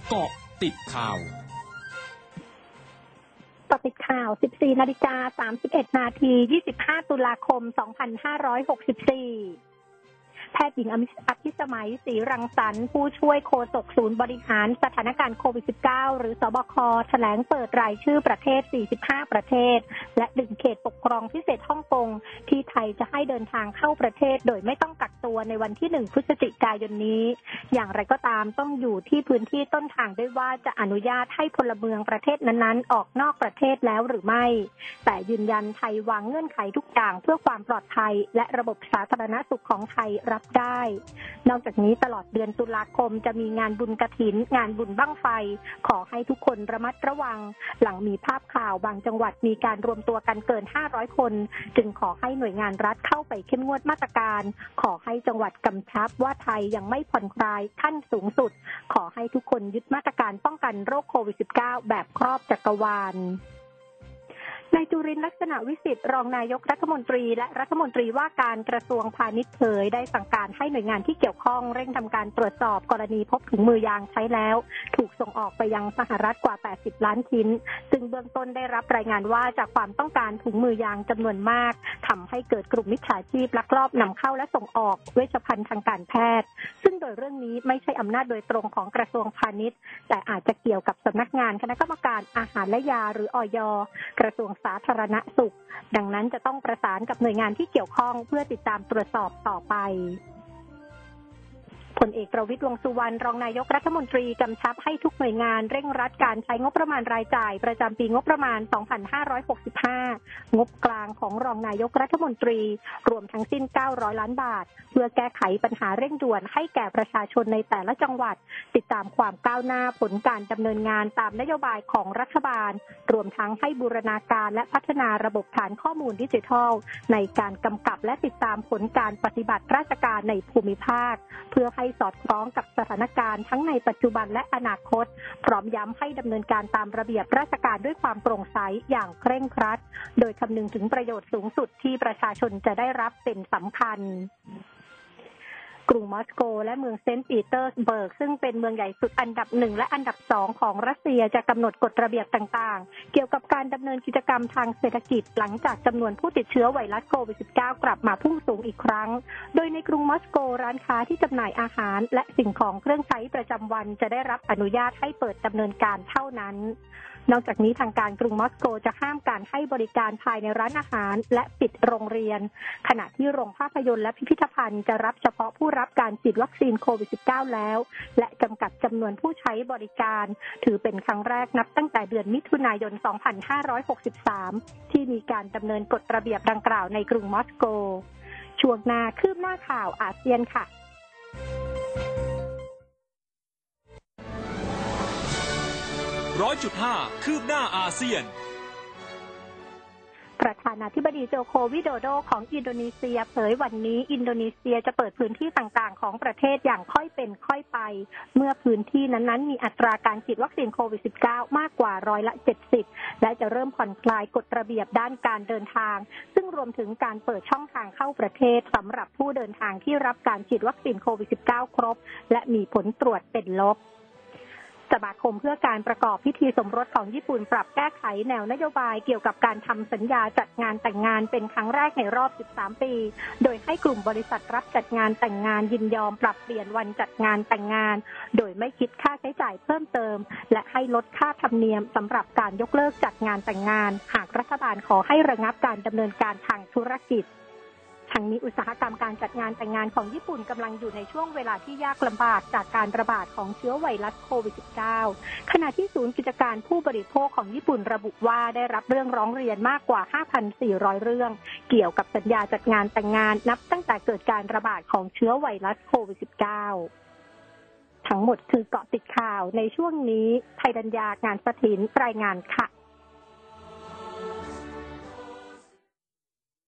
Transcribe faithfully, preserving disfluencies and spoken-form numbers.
เกาะติดข่าวเกาะติดข่าว สิบสี่นาฬิกาสามสิบเอ็ดนาที ยี่สิบห้าตุลาคมสองพันห้าร้อยหกสิบสี่แพทย์หญิงอภิสมัยศรีรังสรรค์ผู้ช่วยโฆษกศูนย์บริหารสถานการณ์โควิด สิบเก้า หรือสบคแถลงเปิดรายชื่อประเทศ สี่สิบห้า ประเทศและหนึ่งเขตปกครองพิเศษฮ่องกงที่ไทยจะให้เดินทางเข้าประเทศโดยไม่ต้องกักตัวในวันที่หนึ่งพฤศจิกายนนี้อย่างไรก็ตามต้องอยู่ที่พื้นที่ต้นทางด้วยว่าจะอนุญาตให้พลเมืองประเทศนั้นๆออกนอกประเทศแล้วหรือไม่แต่ยืนยันไทยวางเงื่อนไขทุกอย่างเพื่อความปลอดภัยและระบบสาธารณสุขของไทยรับได้นอกจากนี้ตลอดเดือนตุลาคมจะมีงานบุญกฐินงานบุญบั้งไฟขอให้ทุกคนระมัดระวังหลังมีภาพข่าวบางจังหวัดมีการรวมตัวกันเกินห้าร้อยคนจึงขอให้หน่วยงานรัฐเข้าไปเข้มงวดมาตรการขอให้จังหวัดกำชับว่าไทยยังไม่ผ่อนคลายขั้นสูงสุดขอให้ทุกคนยึดมาตรการป้องกันโรคโควิด สิบเก้า แบบครอบจักรวาลนายจุรินทร์ลักษณะวิสิทธิ์รองนายกรัฐมนตรีและรัฐมนตรีว่าการกระทรวงพาณิชย์เผยได้สั่งการให้หน่วยงานที่เกี่ยวข้องเร่งทำการตรวจสอบกรณีพบถุงมือยางใช้แล้วถูกส่งออกไปยังสหรัฐกว่าแปดสิบล้านชิ้นซึ่งเบื้องต้นได้รับรายงานว่าจากความต้องการถุงมือยางจำนวนมากทำให้เกิดกลุ่มมิจฉาชีพลักลอบนำเข้าและส่งออกเวชภัณฑ์ทางการแพทย์ซึ่งโดยเรื่องนี้ไม่ใช่อำนาจโดยตรงของกระทรวงพาณิชย์แต่อาจจะเกี่ยวกับสำนักงานคณะกรรมการอาหารและยาหรืออย.กระทรวงสาธารณสุขดังนั้นจะต้องประสานกับหน่วยงานที่เกี่ยวข้องเพื่อติดตามตรวจสอบต่อไปพลเอกประวิตร วงษ์สุวรรณรองนายกรัฐมนตรีกำชับให้ทุกหน่วยงานเร่งรัดการใช้งบประมาณรายจ่ายประจำปีงบประมาณ สองพันห้าร้อยหกสิบห้า งบกลางของรองนายกรัฐมนตรีรวมทั้งสิ้นเก้าร้อยล้านบาทเพื่อแก้ไขปัญหาเร่งด่วนให้แก่ประชาชนในแต่ละจังหวัดติดตามความก้าวหน้าผลการดำเนินงานตามนโยบายของรัฐบาลรวมทั้งให้บูรณาการและพัฒนาระบบฐานข้อมูลดิจิทัลในการกำกับและติดตามผลการปฏิบัติราชการในภูมิภาคเพื่อให้สอดคล้องกับสถานการณ์ทั้งในปัจจุบันและอนาคตพร้อมย้ำให้ดำเนินการตามระเบียบราชการด้วยความโปร่งใสอย่างเคร่งครัดโดยคำนึงถึงประโยชน์สูงสุดที่ประชาชนจะได้รับเป็นสำคัญกรุงมอสโกและเมืองเซนต์ปีเตอร์สเบิร์กซึ่งเป็นเมืองใหญ่สุดอันดับหนึ่งและอันดับสองของรัสเซียจะกำหนดกฎระเบียบต่างๆเกี่ยวกับการดำเนินกิจกรรมทางเศรษฐกิจหลังจากจำนวนผู้ติดเชื้อไวรัสโควิด สิบเก้า กลับมาพุ่งสูงอีกครั้งโดยในกรุงมอสโกร้านค้าที่จำหน่ายอาหารและสิ่งของเครื่องใช้ประจำวันจะได้รับอนุญาตให้เปิดดำเนินการเท่านั้นนอกจากนี้ทางการกรุงมอสโกจะห้ามการให้บริการภายในร้านอาหารและปิดโรงเรียนขณะที่โรงภาพยนตร์และพิพิธภัณฑ์จะรับเฉพาะผู้รับการฉีดวัคซีนโควิด สิบเก้า แล้วและจำกัดจำนวนผู้ใช้บริการถือเป็นครั้งแรกนับตั้งแต่เดือนมิถุนายน สองพันห้าร้อยหกสิบสาม ที่มีการดำเนินกฎระเบียบดังกล่าวในกรุงมอสโกช่วงหน้าคืบหน้าข่าวอาเซียนค่ะร้อยจุดห้า คืบหน้าอาเซียนประธานาธิบดีโจโควิโดโดของอินโดนีเซียเผยวันนี้อินโดนีเซียจะเปิดพื้นที่ต่างๆของประเทศอย่างค่อยเป็นค่อยไปเมื่อพื้นที่นั้นๆมีอัตราการฉีดวัคซีนโควิด สิบเก้า มากกว่าร้อยละเจ็ดสิบและจะเริ่มผ่อนคลายกฎระเบียบด้านการเดินทางซึ่งรวมถึงการเปิดช่องทางเข้าประเทศสำหรับผู้เดินทางที่รับการฉีดวัคซีนโควิด สิบเก้า ครบและมีผลตรวจเป็นลบสมาคมเพื่อการประกอบพิธีสมรสของญี่ปุ่นปรับแก้ไขแนวนโยบายเกี่ยวกับการทำสัญญาจัดงานแต่งงานเป็นครั้งแรกในรอบสิบสามปีโดยให้กลุ่มบริษัทรับจัดงานแต่งงานยินยอมปรับเปลี่ยนวันจัดงานแต่งงานโดยไม่คิดค่าใช้จ่ายเพิ่มเติมและให้ลดค่าธรรมเนียมสำหรับการยกเลิกจัดงานแต่งงานหากรัฐบาลขอให้ระงับการดำเนินการทางธุรกิจทั้งนี้อุตสาหกรรมการจัดงานแต่งงานของญี่ปุ่นกำลังอยู่ในช่วงเวลาที่ยากลำบากจากการระบาดของเชื้อไวรัสโควิด สิบเก้า ขณะที่ศูนย์กิจการผู้บริโภคของญี่ปุ่นระบุว่าได้รับเรื่องร้องเรียนมากกว่า ห้าพันสี่ร้อย เรื่องเกี่ยวกับสัญญาจัดงานแต่งงานนับตั้งแต่เกิดการระบาดของเชื้อไวรัสโควิด สิบเก้า ทั้งหมดคือเกาะติดข่าวในช่วงนี้ไทยดัญญางานสถินรายงานค่ะ